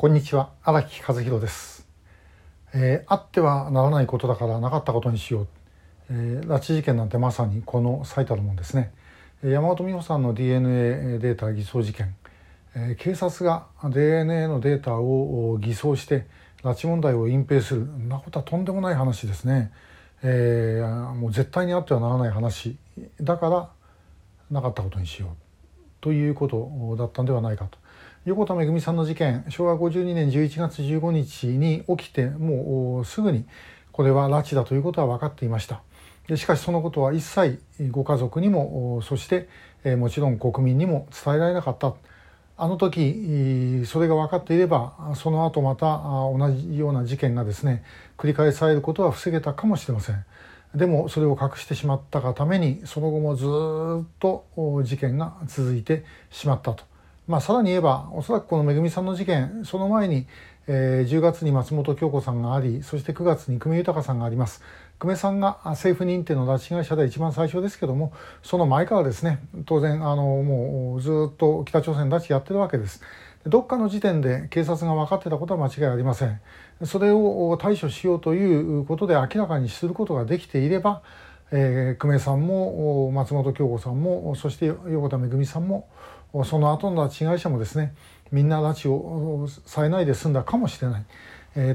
こんにちは、荒木和弘です。あってはならないことだからなかったことにしよう。拉致事件なんてまさにこの最たるもんですね。山本美穂さんの DNA データ偽装事件、警察が DNA のデータを偽装して拉致問題を隠蔽する、そんなことはとんでもない話ですね。もう絶対にあってはならない話だからなかったことにしようということだったんではないかと。横田めぐみさんの事件、昭和52年11月15日に起きてもうすぐにこれは拉致だということは分かっていました。でしかしそのことは一切ご家族にもそしてもちろん国民にも伝えられなかった。あの時それが分かっていればその後また同じような事件がですね繰り返されることは防げたかもしれません。でもそれを隠してしまったがためにその後もずっと事件が続いてしまったと。さらに言えばおそらくこのめぐみさんの事件、その前に、10月に松本京子さんがあり、そして9月に久米豊さんがあります。久米さんが政府認定の拉致被害者では一番最初ですけども、その前からですね当然もうずっと北朝鮮拉致やってるわけです。どっかの時点で警察が分かってたことは間違いありません。それを対処しようということで明らかにすることができていれば、久米さんも松本京子さんもそして横田めぐみさんもその後の拉致被害者もですねみんな拉致をされないで済んだかもしれない、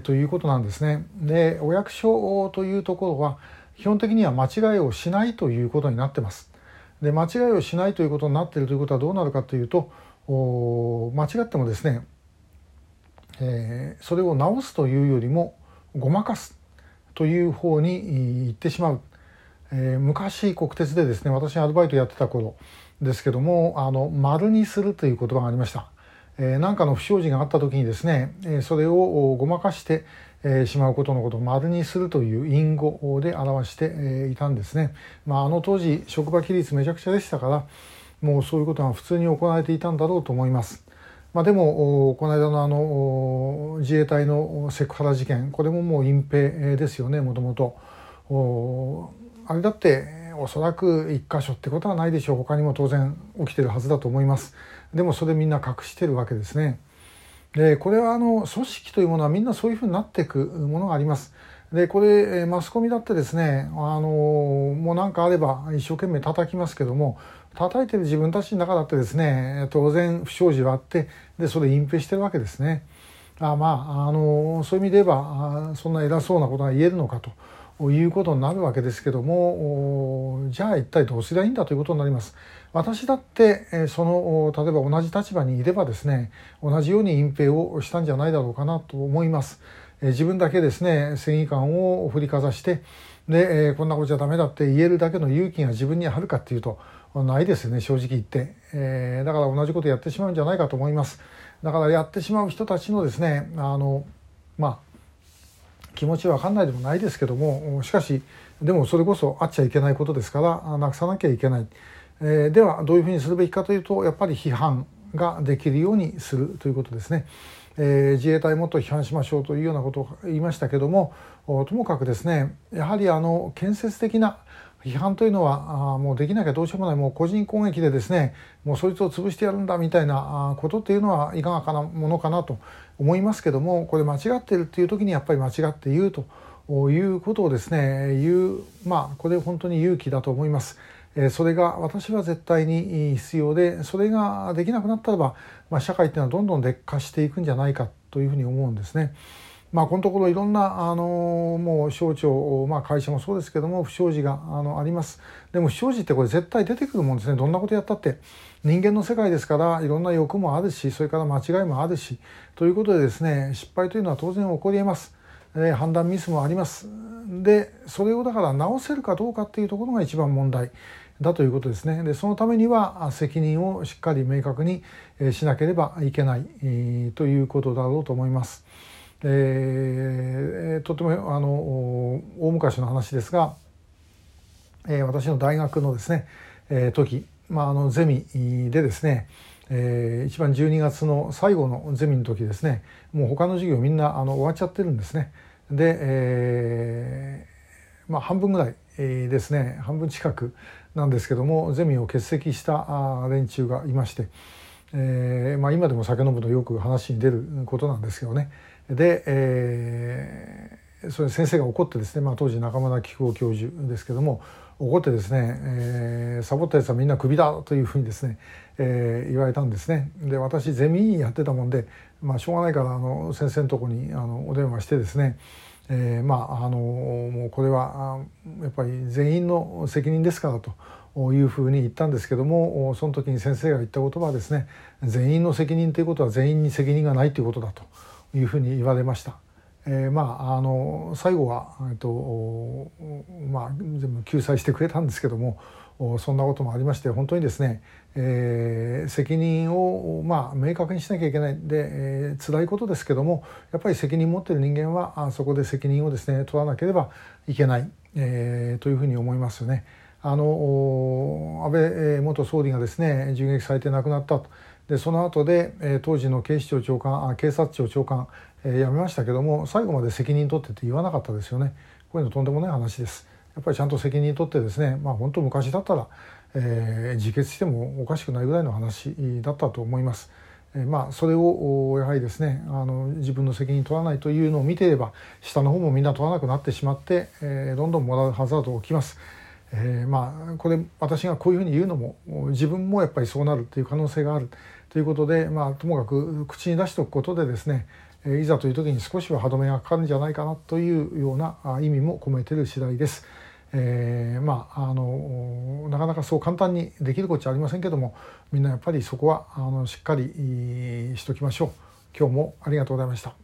ということなんですね。でお役所というところは基本的には間違いをしないということになってます。で間違いをしないということになっているということはどうなるかというと間違ってもですね、それを直すというよりもごまかすという方に行ってしまう。昔国鉄でですね私アルバイトやってた頃ですけども丸にするという言葉がありました。何かの不祥事があった時にですねそれをごまかしてしまうことのことを丸にするという隠語で表していたんですね。あの当時職場規律めちゃくちゃでしたからもうそういうことが普通に行われていたんだろうと思います。でもこの間の自衛隊のセクハラ事件、これももう隠蔽ですよね。もともとあれだっておそらく一箇所ってことはないでしょう。他にも当然起きてるはずだと思います。でもそれみんな隠してるわけですね。でこれは組織というものはみんなそういうふうになっていくものがあります。でこれマスコミだってですねもう何かあれば一生懸命叩きますけども、叩いてる自分たちの中だってですね当然不祥事はあってでそれ隠蔽してるわけですね。そういう意味で言えばそんな偉そうなことが言えるのかということになるわけですけども、じゃあ一体どうすりゃいいんだということになります。私だって例えば同じ立場にいればですね同じように隠蔽をしたんじゃないだろうかなと思います。自分だけですね正義感を振りかざしてで、こんなことじゃダメだって言えるだけの勇気が自分にあるかっていうとないですよね、正直言って。だから同じことやってしまうんじゃないかと思います。だからやってしまう人たちのですね気持ちは分かんないでもないですけども、しかしでもそれこそあっちゃいけないことですからなくさなきゃいけない。ではどういうふうにするべきかというとやっぱり批判ができるようにするということですね。自衛隊もっと批判しましょうというようなことを言いましたけども、ともかくですねやはり建設的な批判というのはもうできなきゃどうしようもない、もう個人攻撃でですねもうそいつを潰してやるんだみたいなことっていうのはいかがかなものかなと思いますけども、これ間違っているっていう時にやっぱり間違って言うということをですねこれ本当に勇気だと思います。それが私は絶対に必要で、それができなくなったらば、社会っていうのはどんどん劣化していくんじゃないかというふうに思うんですね。このところいろんなもう省庁、会社もそうですけども不祥事があります。でも不祥事ってこれ絶対出てくるもんですね。どんなことやったって人間の世界ですからいろんな欲もあるしそれから間違いもあるしということでですね失敗というのは当然起こり得ます。判断ミスもあります。でそれをだから直せるかどうかっていうところが一番問題だということですね。でそのためには責任をしっかり明確にしなければいけないということだろうと思います。とても大昔の話ですが、私の大学のですね、時、ゼミでですね、一番12月の最後のゼミの時ですねもう他の授業みんな終わっちゃってるんですね。で、半分ぐらいですね半分近くなんですけどもゼミを欠席した連中がいまして、 今でも酒飲むとよく話に出ることなんですけどね。で、それ先生が怒ってですね、当時中村喜久夫教授ですけども怒ってですね、サボったやつはみんなクビだというふうにですね、言われたんですね。で私ゼミやってたもんで、しょうがないから先生のとこにお電話してですね、もうこれはやっぱり全員の責任ですからというふうに言ったんですけども、その時に先生が言った言葉はですね、全員の責任ということは全員に責任がないということだというふうに言われました。最後は、全部救済してくれたんですけども、そんなこともありまして本当にですね、責任を明確にしなきゃいけないで、辛いことですけどもやっぱり責任持っている人間はそこで責任をですね取らなければいけない、というふうに思いますよね。安倍元総理がですね銃撃されて亡くなったと。でその後で当時の警察庁長官辞めましたけども最後まで責任取ってって言わなかったですよね。こういうのとんでもない話です。やっぱりちゃんと責任取ってですね、本当昔だったら、自決してもおかしくないぐらいの話だったと思います。それをやはりですね自分の責任取らないというのを見ていれば下の方もみんな取らなくなってしまって、どんどんモラルハザードが起きます。これ私がこういうふうに言うのも自分もやっぱりそうなるという可能性があるということで、ともかく口に出しておくことでですねいざという時に少しは歯止めがかかるんじゃないかなというような意味も込めている次第です。なかなかそう簡単にできることじゃありませんけどもみんなやっぱりそこはしっかりしときましょう。今日もありがとうございました。